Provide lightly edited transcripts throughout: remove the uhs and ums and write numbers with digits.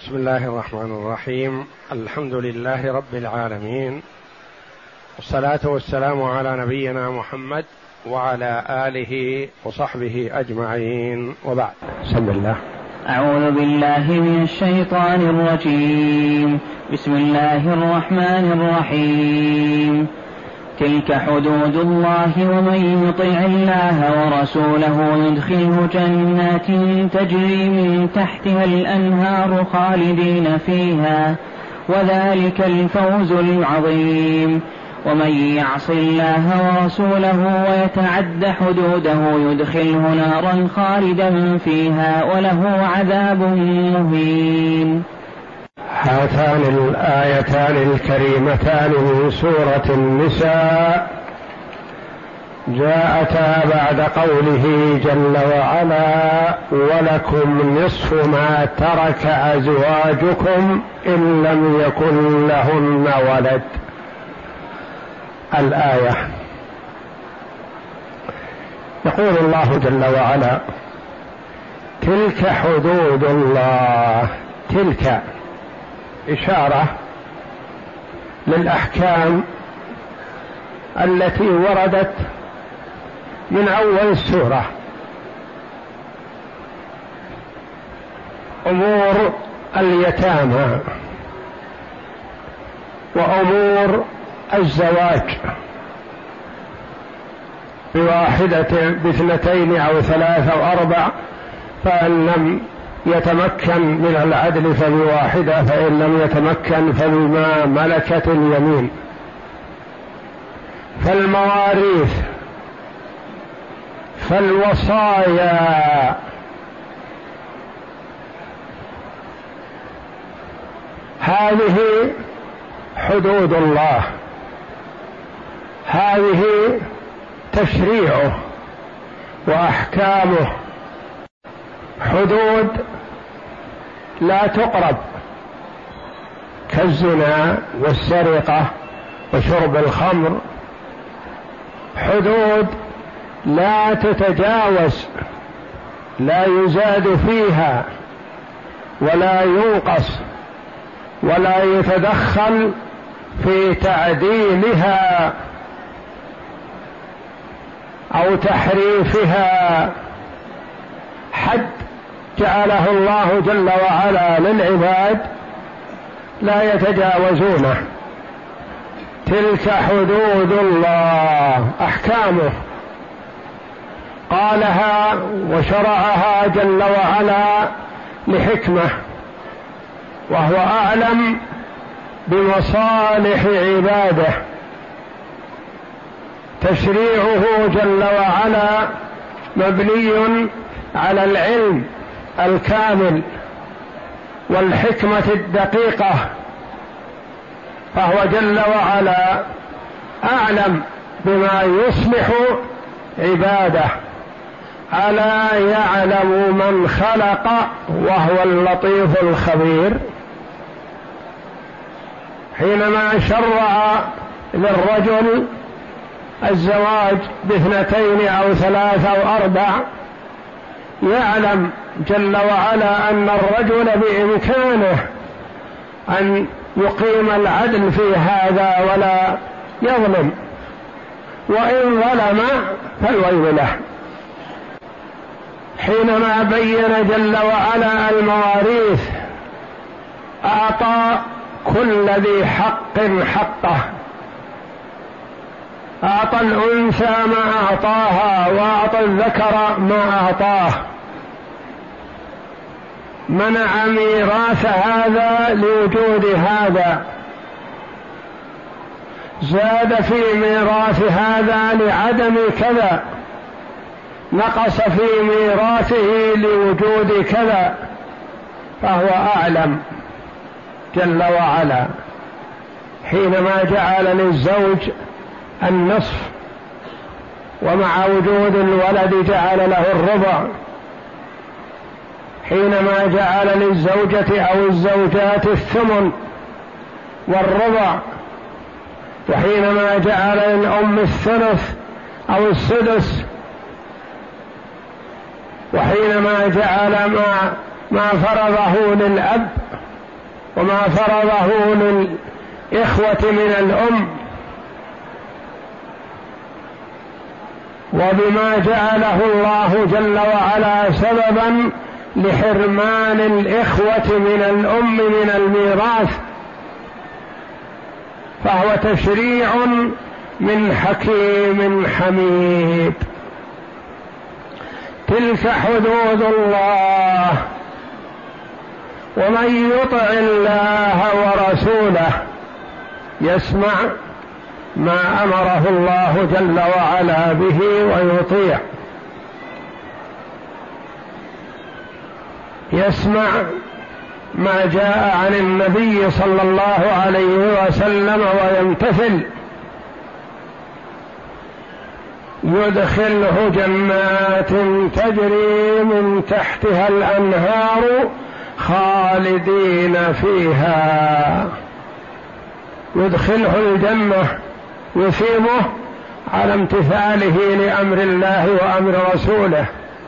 بسم الله الرحمن الرحيم. الحمد لله رب العالمين، والصلاة والسلام على نبينا محمد وعلى آله وصحبه أجمعين، وبعد. بسم الله. أعوذ بالله من الشيطان الرجيم. بسم الله الرحمن الرحيم. تلك حدود الله، ومن يطع الله ورسوله يدخله جنات تجري من تحتها الأنهار خالدين فيها، وذلك الفوز العظيم. ومن يعص الله ورسوله ويتعد حدوده يدخله نارا خالدا فيها، وله عذاب مهين. هاتان الآيتان الكريمتان من سورة النساء جاءتا بعد قوله جل وعلا: ولكم نصف ما ترك أزواجكم إن لم يكن لهن ولد. الآية. يقول الله جل وعلا: تلك حدود الله. تلك إشارة للأحكام التي وردت من أول السورة، أمور اليتامى وأمور الزواج بواحدة باثنتين أو ثلاث أو أربع، فإن لم يتمكن من العدل فبواحدة، فإن لم يتمكن فبما ملكت اليمين. فالمواريث، فالوصايا، هذه حدود الله، هذه تشريعه وأحكامه. حدود لا تقرب كالزنا والسرقة وشرب الخمر، حدود لا تتجاوز، لا يزاد فيها ولا ينقص ولا يتدخل في تعديلها أو تحريفها. حد جعله الله جل وعلا للعباد لا يتجاوزونه. تلك حدود الله، أحكامه قالها وشرعها جل وعلا لحكمة، وهو أعلم بمصالح عباده. تشريعه جل وعلا مبني على العلم الكامل والحكمة الدقيقة، فهو جل وعلا أعلم بما يصلح عباده. ألا يعلم من خلق وهو اللطيف الخبير. حينما شرع للرجل الزواج باثنتين أو ثلاث أو أربع، يعلم جل وعلا أن الرجل بإمكانه أن يقيم العدل في هذا ولا يظلم، وإن ظلم فالويل له. حينما بين جل وعلا المواريث، أعطى كل ذي حق حقه، أعطى الأنثى ما أعطاها وأعطى الذكر ما أعطاه. منع ميراث هذا لوجود هذا، زاد في ميراث هذا لعدم كذا، نقص في ميراثه لوجود كذا، فهو أعلم جل وعلا. حينما جعل للزوج النصف، ومع وجود الولد جعل له الربع. حينما جعل للزوجة أو الزوجات الثمن والربع، وحينما جعل للأم الثلث أو السدس، وحينما جعل ما فرضه للأب وما فرضه للإخوة من الأم، وبما جعله الله جل وعلا سببا لحرمان الإخوة من الأم من الميراث، فهو تشريع من حكيم حميد. تلك حدود الله، ومن يطع الله ورسوله يسمع ما أمره الله جل وعلا به ويطيع، يسمع ما جاء عن النبي صلى الله عليه وسلم ويمتثل، يدخله جنات تجري من تحتها الأنهار خالدين فيها، يدخله الجنة، يثيبه على امتثاله لأمر الله وأمر رسوله،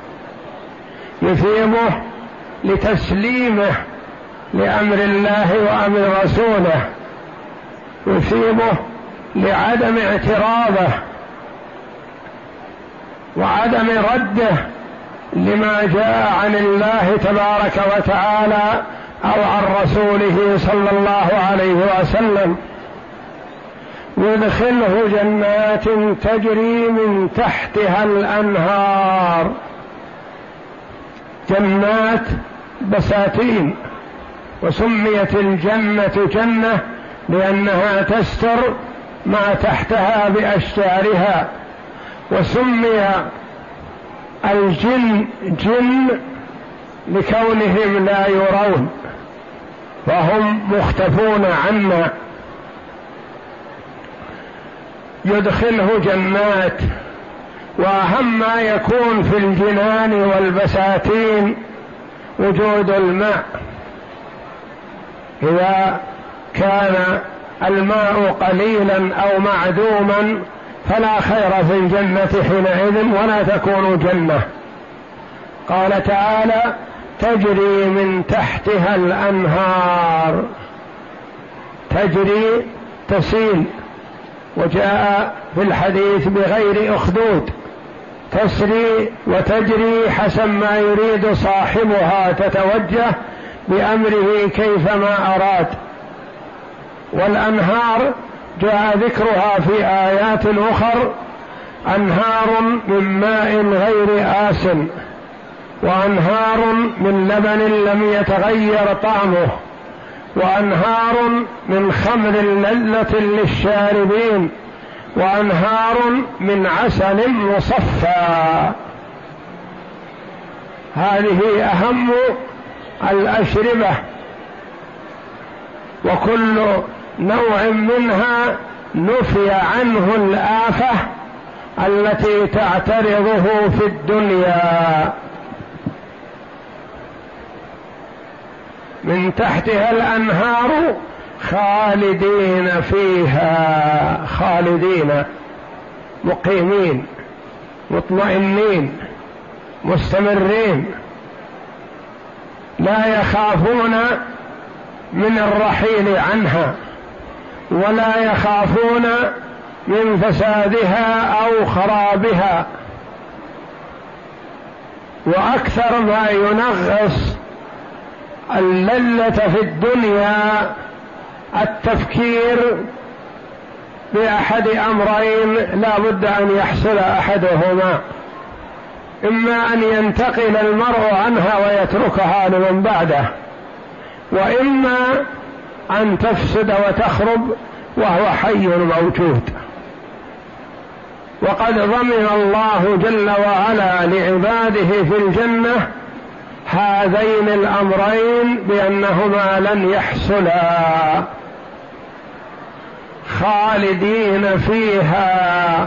يثيبه لتسليمه لأمر الله وأمر رسوله، يثيبه لعدم اعتراضه وعدم رده لما جاء عن الله تبارك وتعالى أو عن رسوله صلى الله عليه وسلم. يدخله جنات تجري من تحتها الأنهار، جنات بساتين، وسميت الجنة جنة لأنها تستر ما تحتها بأشجارها، وسمي الجن جن لكونهم لا يرون فهم مختفون عنا. يدخله جنات، وأهم ما يكون في الجنان والبساتين وجود الماء. إذا كان الماء قليلا أو معدوما فلا خير في الجنة حينئذ ولا تكون جنة. قال تعالى: تجري من تحتها الأنهار، تجري تسيل، وجاء في الحديث بغير أخدود، تسري وتجري حسب ما يريد صاحبها، تتوجه بأمره كيفما أراد. والأنهار جاء ذكرها في آيات أخر: أنهار من ماء غير آسن، وأنهار من لبن لم يتغير طعمه، وأنهار من خمر لذة للشاربين، وأنهار من عسل مصفى. هذه أهم الأشربة، وكل نوع منها نفي عنه الآفة التي تعترضه في الدنيا. من تحتها الأنهار خالدين فيها، خالدين مقيمين مطمئنين مستمرين، لا يخافون من الرحيل عنها، ولا يخافون من فسادها أو خرابها. وأكثر ما ينغص اللذة في الدنيا التفكير بأحد أمرين لا بد أن يحصل أحدهما: إما أن ينتقل المرء عنها ويتركها لمن بعده، وإما أن تفسد وتخرب وهو حي موجود. وقد ضمن الله جل وعلا لعباده في الجنة هذين الأمرين بأنهما لن يحصلا، خالدين فيها،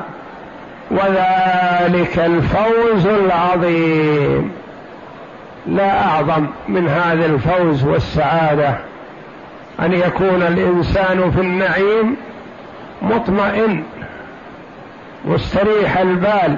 وذلك الفوز العظيم. لا أعظم من هذا الفوز والسعادة أن يكون الإنسان في النعيم مطمئن مستريح البال،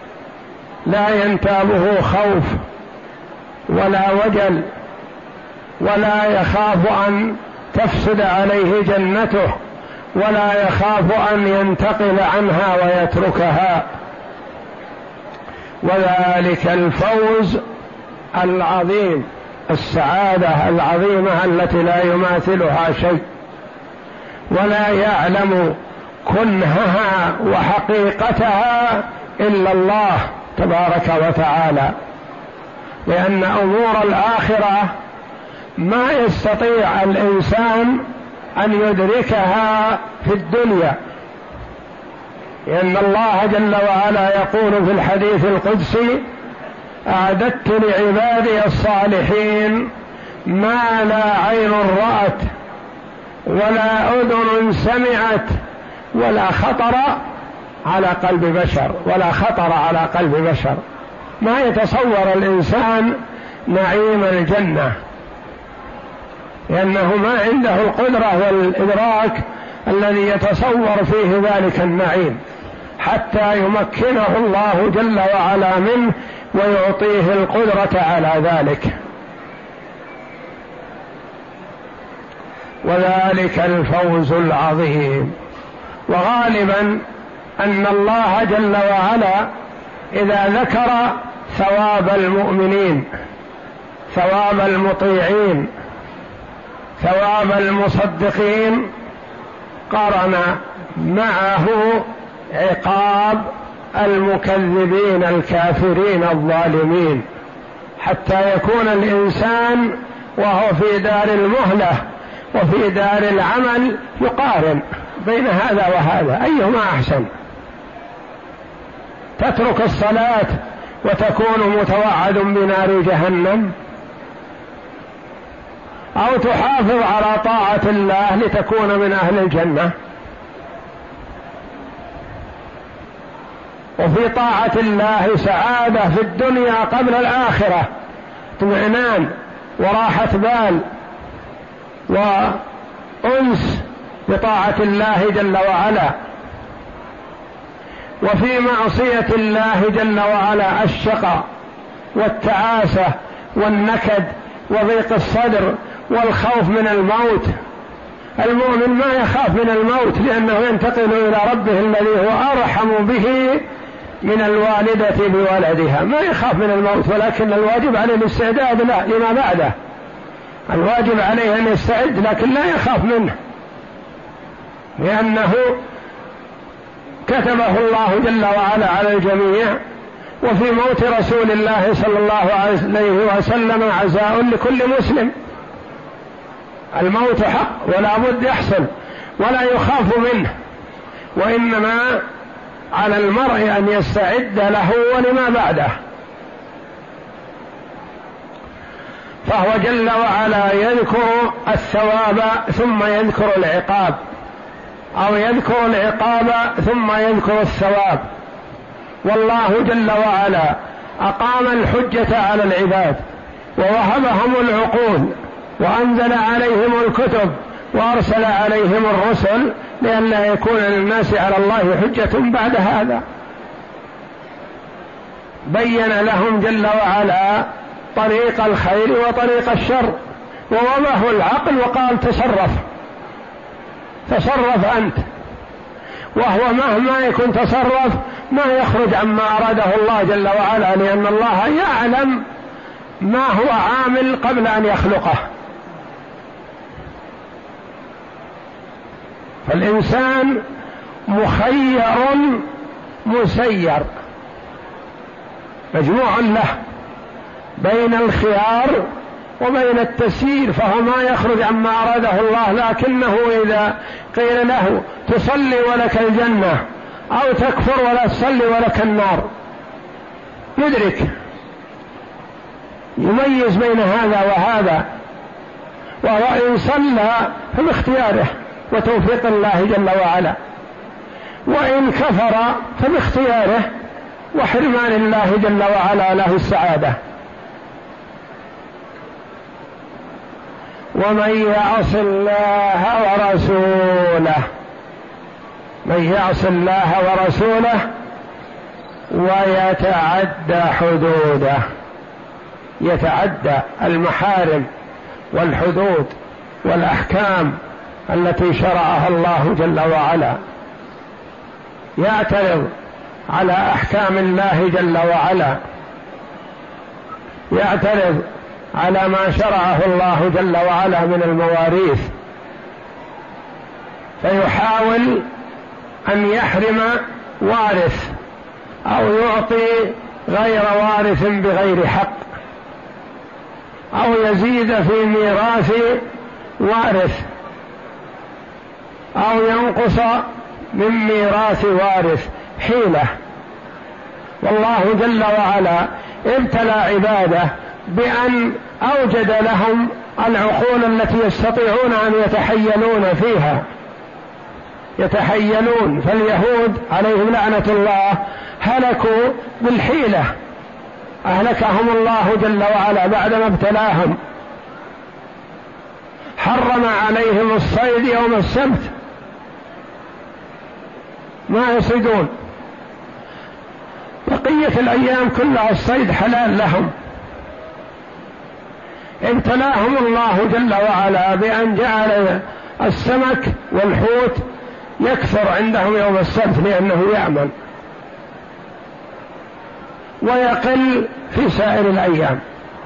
لا ينتابه خوف ولا وجل ولا يخاف أن تفسد عليه جنته، ولا يخاف أن ينتقل عنها ويتركها. وذلك الفوز العظيم، السعادة العظيمة التي لا يماثلها شيء، ولا يعلم كنهها وحقيقتها إلا الله تبارك وتعالى، لأن أمور الآخرة ما يستطيع الإنسان أن يدركها في الدنيا، لأن الله جل وعلا يقول في الحديث القدسي: أعددت لعبادي الصالحين ما لا عين رأت ولا أذن سمعت ولا خطر على قلب بشر، ولا خطر على قلب بشر. ما يتصور الإنسان نعيم الجنة، لأنه ما عنده القدرة والإدراك الذي يتصور فيه ذلك النعيم، حتى يمكنه الله جل وعلا منه ويعطيه القدرة على ذلك. وذلك الفوز العظيم. وغالبا أن الله جل وعلا إذا ذكر ثواب المؤمنين، ثواب المطيعين، ثواب المصدقين، قارن معه عقاب المكذبين الكافرين الظالمين، حتى يكون الإنسان وهو في دار المهلة وفي دار العمل يقارن بين هذا وهذا، أيهما أحسن؟ تترك الصلاة وتكون متوعد بنار جهنم، أو تحافظ على طاعة الله لتكون من أهل الجنة؟ وفي طاعة الله سعادة في الدنيا قبل الآخرة، اطمئنان وراحة بال وأنس بطاعة الله جل وعلا. وفي معصية الله جل وعلا الشقاء والتعاسة والنكد وضيق الصدر والخوف من الموت. المؤمن ما يخاف من الموت، لأنه ينتقل إلى ربه الذي هو أرحم به من الوالدة بولدها، ما يخاف من الموت، ولكن الواجب عليه الاستعداد لما بعده، الواجب عليه أن يستعد، لكن لا يخاف منه، لأنه كتبه الله جل وعلا على الجميع. وفي موت رسول الله صلى الله عليه وسلم عزاء لكل مسلم، الموت حق ولا بد يحصل ولا يخاف منه، وإنما على المرء أن يستعد له ولما بعده. فهو جل وعلا يذكر الثواب ثم يذكر العقاب، أو يذكر العقاب ثم يذكر الثواب. والله جل وعلا أقام الحجة على العباد ووهبهم العقول وأنزل عليهم الكتب وأرسل عليهم الرسل لئلا يكون للناس على الله حجة بعد هذا. بين لهم جل وعلا طريق الخير وطريق الشر، ووضعه العقل وقال تصرف أنت، وهو مهما يكون تصرف ما يخرج عما أراده الله جل وعلا، لأن الله يعلم ما هو عامل قبل أن يخلقه. فالإنسان مخير مسير، مجموع له بين الخيار وبين التسيير، فهو ما يخرج عما أراده الله. لكنه إذا قيل له تصلي ولك الجنة أو تكفر ولا تصلي ولك النار، يدرك، يميز بين هذا وهذا، وإن صلى فباختياره وتوفيق الله جل وعلا، وإن كفر فباختياره وحرمان الله جل وعلا له السعادة. ومن يعص الله ورسوله، من يعص الله ورسوله ويتعدى حدوده، يتعدى المحارم والحدود والأحكام التي شرعها الله جل وعلا، يعترض على أحكام الله جل وعلا، يعترض على ما شرعه الله جل وعلا من المواريث، فيحاول أن يحرم وارث أو يعطي غير وارث بغير حق، أو يزيد في ميراث وارث، أو ينقص من ميراث وارث، حيلة. والله جل وعلا ابتلى عباده بأن أوجد لهم العقول التي يستطيعون أن يتحيلون فيها، يتحيلون. فاليهود عليهم لعنة الله هلكوا بالحيلة، أهلكهم الله جل وعلا بعدما ابتلاهم، حرم عليهم الصيد يوم السبت، ما يصيدون، بقية الأيام كلها الصيد حلال لهم. ابتلاهم الله جل وعلا بأن جعل السمك والحوت يكثر عندهم يوم السبت لأنه يأمن، ويقل في سائر الأيام.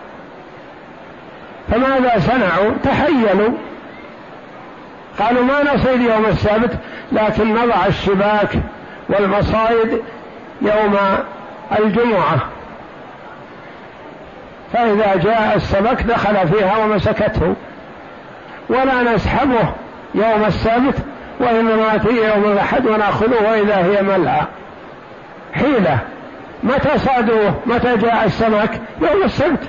فماذا صنعوا؟ تحيلوا، قالوا ما نصيد يوم السبت، لكن نضع الشباك والمصايد يوم الجمعة، فإذا جاء السمك دخل فيها ومسكته، ولا نسحبه يوم السبت، وإنما في يوم الأحد ونأخذه وإذا هي ملأى. حيلة. متى صادوه؟ متى جاء السمك؟ يوم السبت.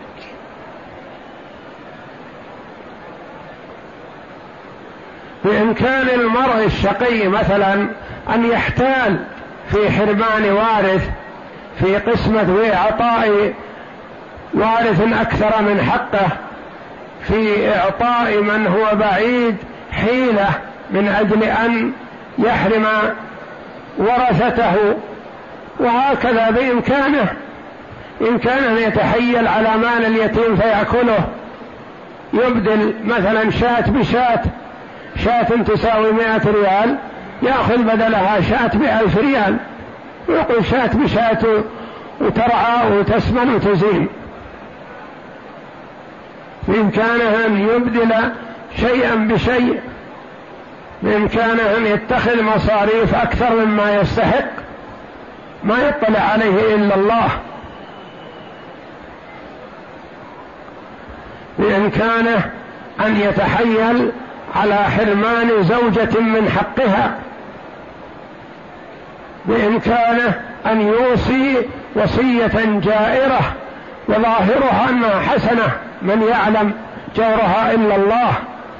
بإمكان المرء الشقي مثلا أن يحتال في حرمان وارث، في قسمة وإعطاء وارث أكثر من حقه، في إعطاء من هو بعيد، حيلة من أجل أن يحرم ورثته. وهكذا بإمكانه، إن كان أن يتحيل على مال اليتيم فيأكله، يبدل مثلا شاة بشاة، شاة تساوي 100 ريال يأخذ بدلها شاة ب1000 ريال، ويقول شاة بشاة وترعى وتسمن وتزين. بإمكانه أن يبدل شيئا بشيء، بإمكانه أن يتخذ مصاريف أكثر مما يستحق، ما يطلع عليه إلا الله. بإمكانه أن يتحيل على حرمان زوجة من حقها، بإمكانه أن يوصي وصية جائرة وظاهرها أنها حسنة، من يعلم جورها إلا الله.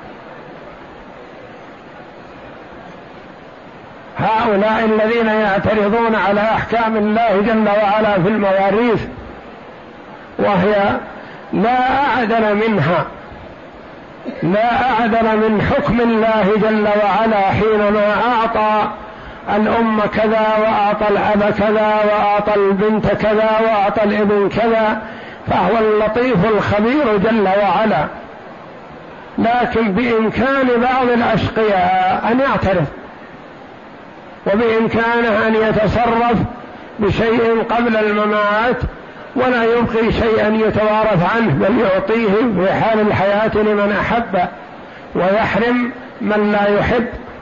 هؤلاء الذين يعترضون على أحكام الله جل وعلا في المواريث، وهي لا أعدل منها، لا أعدل من حكم الله جل وعلا حينما أعطى الأم كذا، وأعطى الأب كذا، وأعطى البنت كذا، وأعطى الابن كذا، فهو اللطيف الخبير جل وعلا. لكن بإمكان بعض الأشقياء أن يعترض، وبإمكانه أن يتصرف بشيء قبل الممات ولا يبقي شيئا يتوارث عنه، بل يعطيه في حال الحياة لمن أحب ويحرم من لا يحب.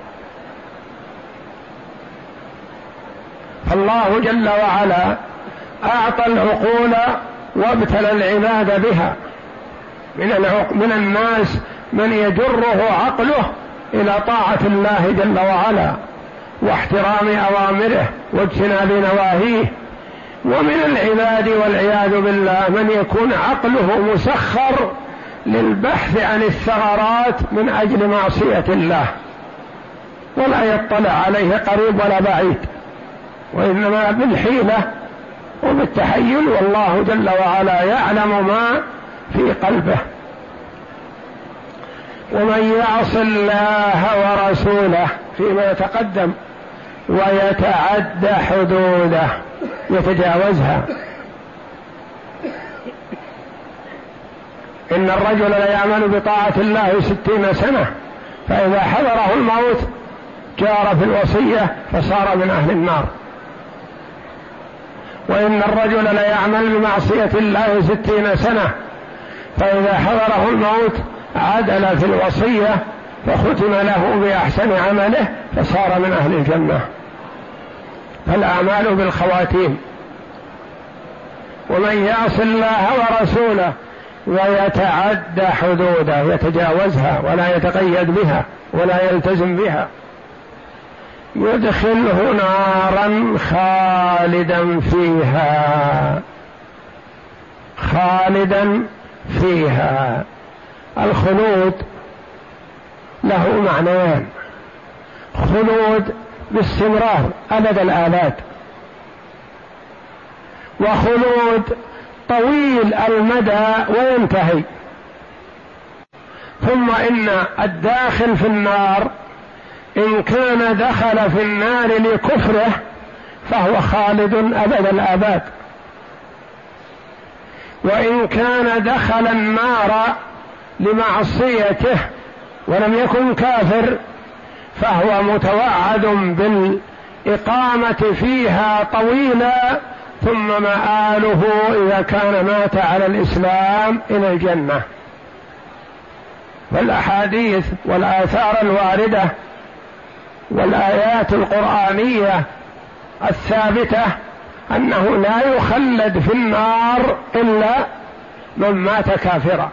فالله جل وعلا أعطى العقول وابتلى العباد بها. من الناس من يجره عقله إلى طاعة الله جل وعلا واحترام أوامره واجتناب نواهيه، ومن العباد والعياذ بالله من يكون عقله مسخر للبحث عن الثغرات من أجل معصية الله، ولا يطلع عليه قريب ولا بعيد، وإنما بالحيلة وبالتحيل، والله جل وعلا يعلم ما في قلبه. ومن يعص الله ورسوله فيما يتقدم ويتعد حدوده، يتجاوزها، إن الرجل ليعمل بطاعة الله 60 سنة فإذا حضره الموت جار في الوصية فصار من أهل النار. وإن الرجل ليعمل بمعصية الله 60 سنة فإذا حضره الموت عدل في الوصية فختم له بأحسن عمله فصار من أهل الجنة. فالأعمال بالخواتيم. ومن يعص الله ورسوله ويتعد حدوده يتجاوزها ولا يتقيد بها ولا يلتزم بها يدخله نارا خالدا فيها. خالدا فيها. الخلود له معنيان: خلود باستمرار أبد الآباد، وخلود طويل المدى وينتهي. ثم إن الداخل في النار إن كان دخل في النار لكفره فهو خالد أبد الآباد، وإن كان دخل النار لمعصيته ولم يكن كافر فهو متوعد بالإقامة فيها طويلا، ثم مآله إذا كان مات على الإسلام إلى الجنة. والأحاديث والآثار الواردة والآيات القرآنية الثابتة أنه لا يخلد في النار إلا من مات كافرا.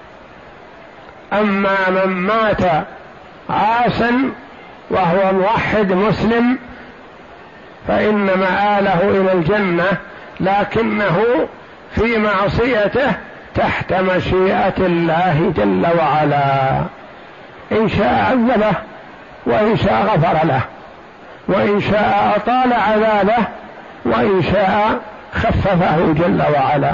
أما من مات عاصا وهو موحد مسلم فإن مآله إلى الجنة، لكنه في معصيته تحت مشيئة الله جل وعلا، إن شاء عذبه وإن شاء غفر له، وإن شاء أطال عذابه وإن شاء خففه جل وعلا.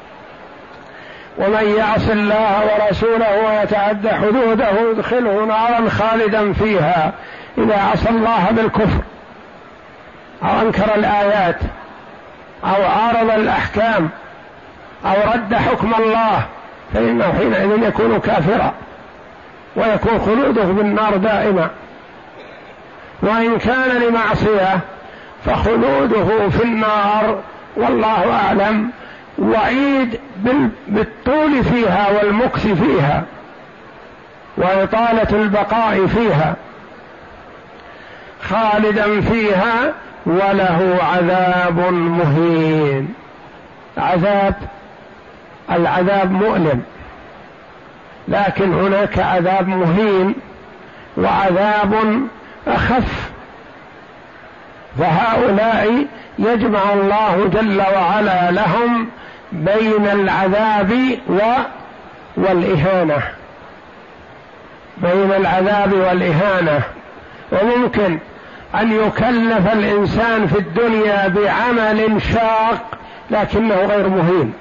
ومن يعص الله ورسوله ويتعد حدوده يدخله نارا خالدا فيها. إذا عصى الله بالكفر أو أنكر الآيات أو عارض الأحكام أو رد حكم الله فإنه حينئذ يكون كافرا ويكون خلوده بالنار دائما. وإن كان لمعصية فخلوده في النار والله أعلم وعيد بالطول فيها والمكث فيها وإطالة البقاء فيها، خالدا فيها وله عذاب مهين. العذاب مؤلم، لكن هناك عذاب مهين وعذاب أخف، فهؤلاء يجمع الله جل وعلا لهم بين العذاب والإهانة، بين العذاب والإهانة. وممكن أن يكلف الإنسان في الدنيا بعمل شاق لكنه غير مهين،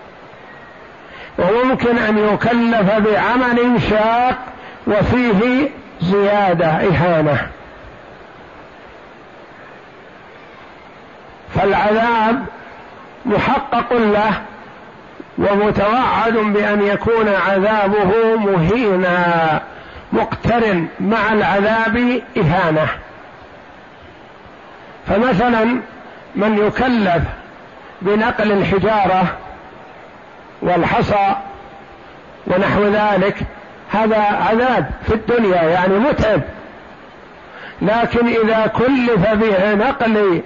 وممكن أن يكلف بعمل شاق وفيه زيادة إهانة. فالعذاب محقق له ومتوعد بأن يكون عذابه مهينا مقترن مع العذاب إهانة. فمثلا من يكلف بنقل الحجارة والحصى ونحو ذلك هذا عذاب في الدنيا يعني متعب، لكن إذا كلف بنقل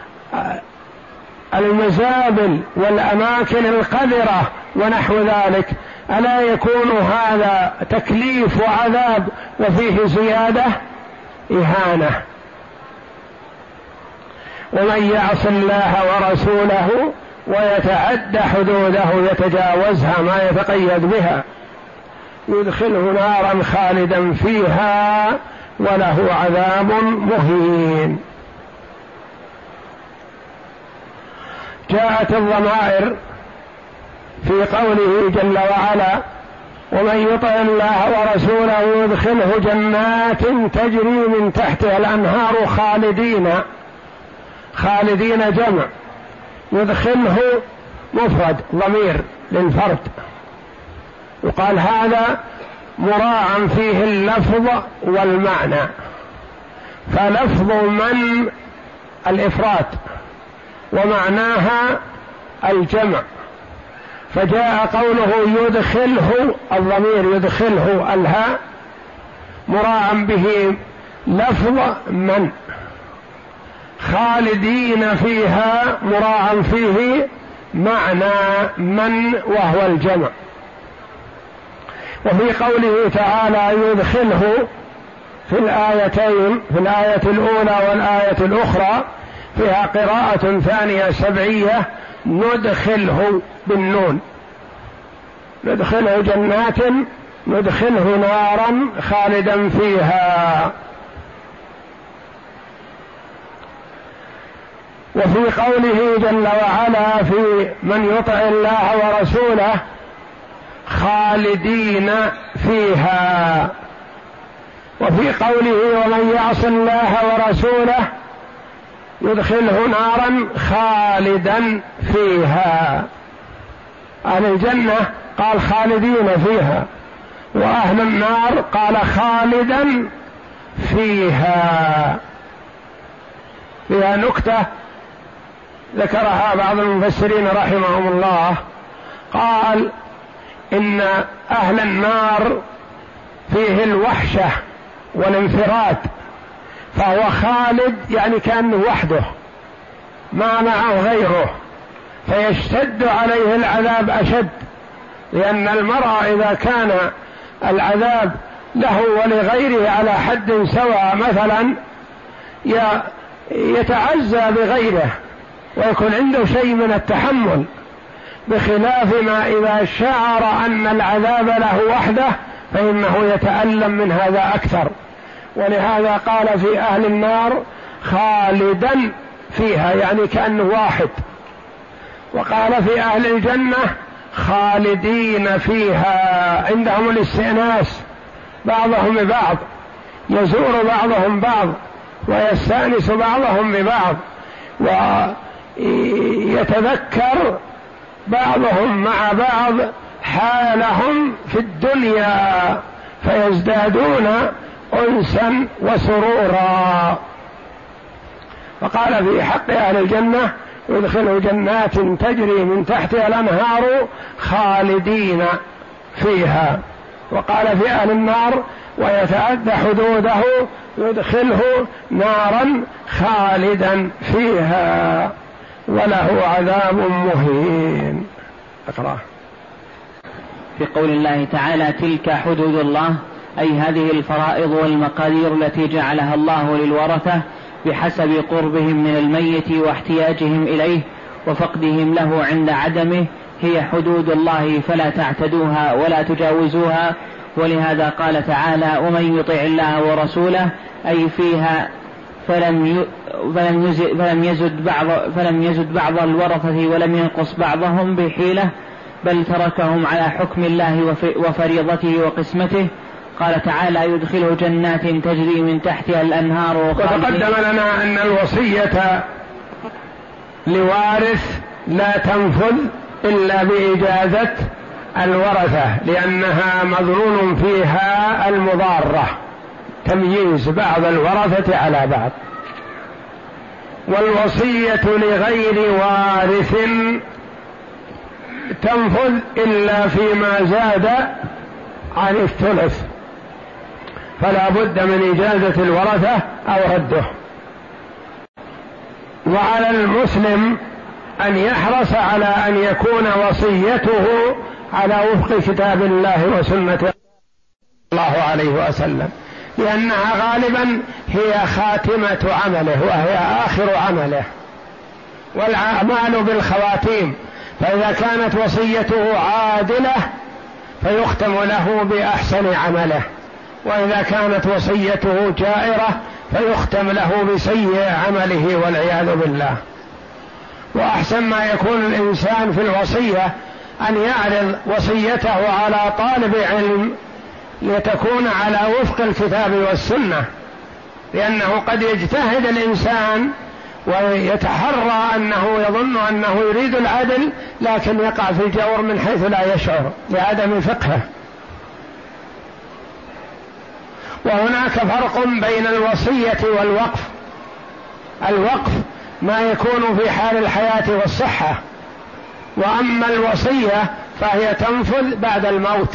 المزابل والأماكن القذرة ونحو ذلك ألا يكون هذا تكليف وعذاب وفيه زيادة إهانة؟ ومن يعص الله ورسوله ويتعد حدوده يتجاوزها ما يتقيد بها يدخله نارا خالدا فيها وله عذاب مهين. جاءت الضمائر في قوله جل وعلا: ومن يطع الله ورسوله يدخله جنات تجري من تحتها الأنهار خالدين جمع، يدخله مفرد ضمير للفرد، يقال هذا مراعى فيه اللفظ والمعنى، فلفظ من الإفراد ومعناها الجمع، فجاء قوله يدخله، الضمير يدخله الهاء مراعى به لفظ من، خالدين فيها مراعى فيه معنى من وهو الجمع. وفي قوله تعالى يدخله في الآيتين، في الآية الأولى والآية الأخرى فيها قراءة ثانية سبعية ندخله بالنون، ندخله جنات ندخله نارا خالدا فيها. وفي قوله جل وعلا في من يطع الله ورسوله خالدين فيها، وفي قوله ومن يعص الله ورسوله يدخله نارا خالدا فيها. أهل الجنة قال خالدين فيها، وأهل النار قال خالدا فيها. فيها نكتة ذكرها بعض المفسرين رحمهم الله، قال إن أهل النار فيه الوحشة والانفراد، فهو خالد يعني كأنه وحده ما معه غيره، فيشتد عليه العذاب أشد، لأن المرء إذا كان العذاب له ولغيره على حد سواء مثلا يتعزى بغيره ويكون عنده شيء من التحمل، بخلاف ما إذا شعر أن العذاب له وحده فإنه يتألم من هذا أكثر. ولهذا قال في أهل النار خالدا فيها يعني كأنه واحد، وقال في أهل الجنة خالدين فيها، عندهم الاستئناس بعضهم ببعض، يزور بعضهم بعض ويستأنس بعضهم ببعض، ويتذكر بعضهم مع بعض حالهم في الدنيا فيزدادون أنسا وسرورا. وقال في حق أهل الجنة يدخل جنات تجري من تحتها الأنهار خالدين فيها. وقال في أهل النار ويتعدى حدوده يدخله نارا خالدا فيها وله عذاب مهين. اقرأ. في قول الله تعالى تلك حدود الله، أي هذه الفرائض والمقادير التي جعلها الله للورثة بحسب قربهم من الميت واحتياجهم إليه وفقدهم له عند عدمه، هي حدود الله فلا تعتدوها ولا تجاوزوها. ولهذا قال تعالى ومن يطع الله ورسوله، أي فيها فلم يزد بعض الورثة ولم ينقص بعضهم بحيلة، بل تركهم على حكم الله وفريضته وقسمته. قال تعالى يدخله جنات تجري من تحتها الأنهار. وتقدم لنا أن الوصية لوارث لا تنفذ إلا بإجازة الورثة، لأنها مظنون فيها المضارة، تمييز بعض الورثة على بعض. والوصية لغير وارث تنفذ إلا فيما زاد عن الثلث، فلا بد من إجازة الورثة أو رده. وعلى المسلم أن يحرص على أن يكون وصيته على وفق كتاب الله وسنة الله عليه وسلم، لأنها غالبا هي خاتمة عمله وهي آخر عمله، والأعمال بالخواتيم. فإذا كانت وصيته عادلة فيختم له بأحسن عمله، وإذا كانت وصيته جائرة فيختم له بسيء عمله والعياذ بالله. وأحسن ما يكون الإنسان في الوصية أن يعرض وصيته على طالب علم لتكون على وفق الكتاب والسنة، لأنه قد يجتهد الإنسان ويتحرى أنه يظن أنه يريد العدل، لكن يقع في الجور من حيث لا يشعر لعدم فقهه. وهناك فرق بين الوصية والوقف. الوقف ما يكون في حال الحياة والصحة، وأما الوصية فهي تنفذ بعد الموت.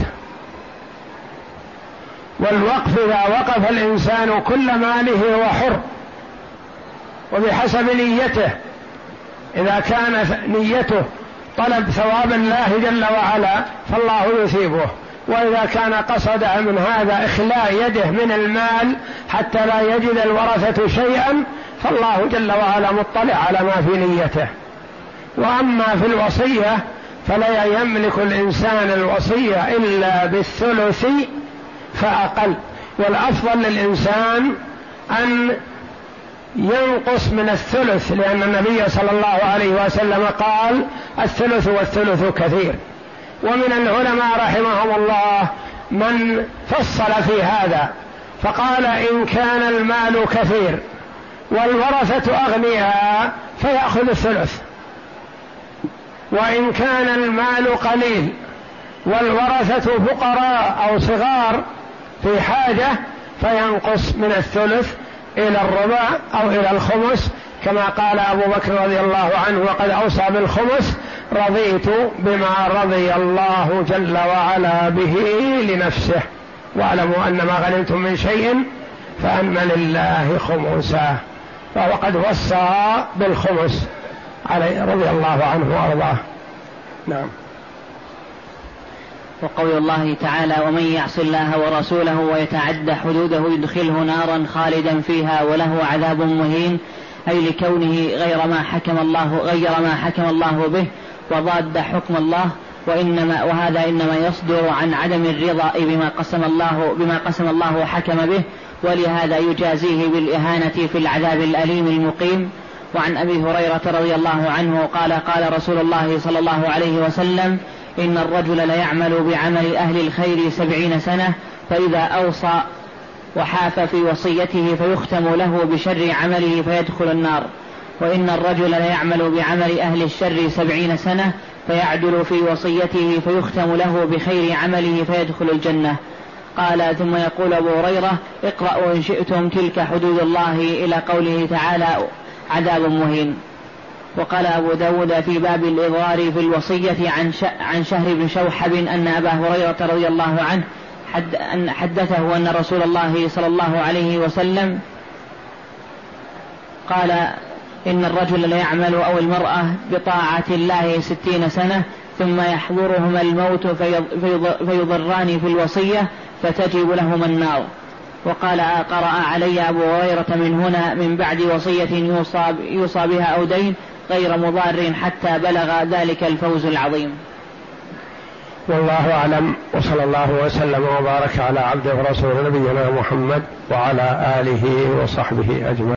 والوقف إذا وقف الإنسان كل ماله هو حر وبحسب نيته، إذا كانت نيته طلب ثواب الله جل وعلا فالله يثيبه، وإذا كان قصد من هذا إخلاء يده من المال حتى لا يجد الورثة شيئا فالله جل وعلا مطلع على ما في نيته. وأما في الوصية فلا يملك الإنسان الوصية إلا بالثلث فأقل، والأفضل للإنسان أن ينقص من الثلث، لأن النبي صلى الله عليه وسلم قال الثلث والثلث كثير. ومن العلماء رحمهم الله من فصل في هذا فقال إن كان المال كثير والورثة أغنياء فيأخذ الثلث، وإن كان المال قليل والورثة فقراء أو صغار في حاجة فينقص من الثلث إلى الربع أو إلى الخمس، كما قال أبو بكر رضي الله عنه وقد أوصى بالخمس: رضيت بما رضي الله جل وعلا به لنفسه، واعلموا أن ما غنمتم من شيء فأن لله خمسه، فهو قد وصى بالخمس عليه رضي الله عنه وأرضاه. نعم. وقول الله تعالى: ومن يعص الله ورسوله ويتعد حدوده يدخله نارا خالدا فيها وله عذاب مهين، أي لكونه غير ما حكم الله به وضاد حكم الله، وهذا إنما يصدر عن عدم الرضا بما قسم الله وحكم به، ولهذا يجازيه بالإهانة في العذاب الأليم المقيم. وعن أبي هريرة رضي الله عنه قال: قال رسول الله صلى الله عليه وسلم: إن الرجل ليعمل بعمل أهل الخير 70 سنة، فإذا أوصى وحاف في وصيته فيختم له بشر عمله فيدخل النار، وإن الرجل ليعمل بعمل أهل الشر 70 سنة فيعدل في وصيته فيختم له بخير عمله فيدخل الجنة. قال: ثم يقول أبو هريرة: اقرأوا إن شئتم تلك حدود الله، إلى قوله تعالى: عذاب مهين. وقال أبو داود في باب الإضرار في الوصية عن شهر بن شوحب أن أبا هريرة رضي الله عنه حدثه أن رسول الله صلى الله عليه وسلم قال: إن الرجل ليعمل أو المرأة بطاعة الله 60 سنة ثم يحضرهما الموت فيضران في الوصية فتجب لهما النار. وقال: قرأ علي أبو هريرة من هنا من بعد وصية يوصى بها أو دين غير مضار حتى بلغ ذلك الفوز العظيم. والله أعلم، وصلى الله وسلم وبارك على عبده ورسوله نبينا محمد وعلى آله وصحبه أجمعين.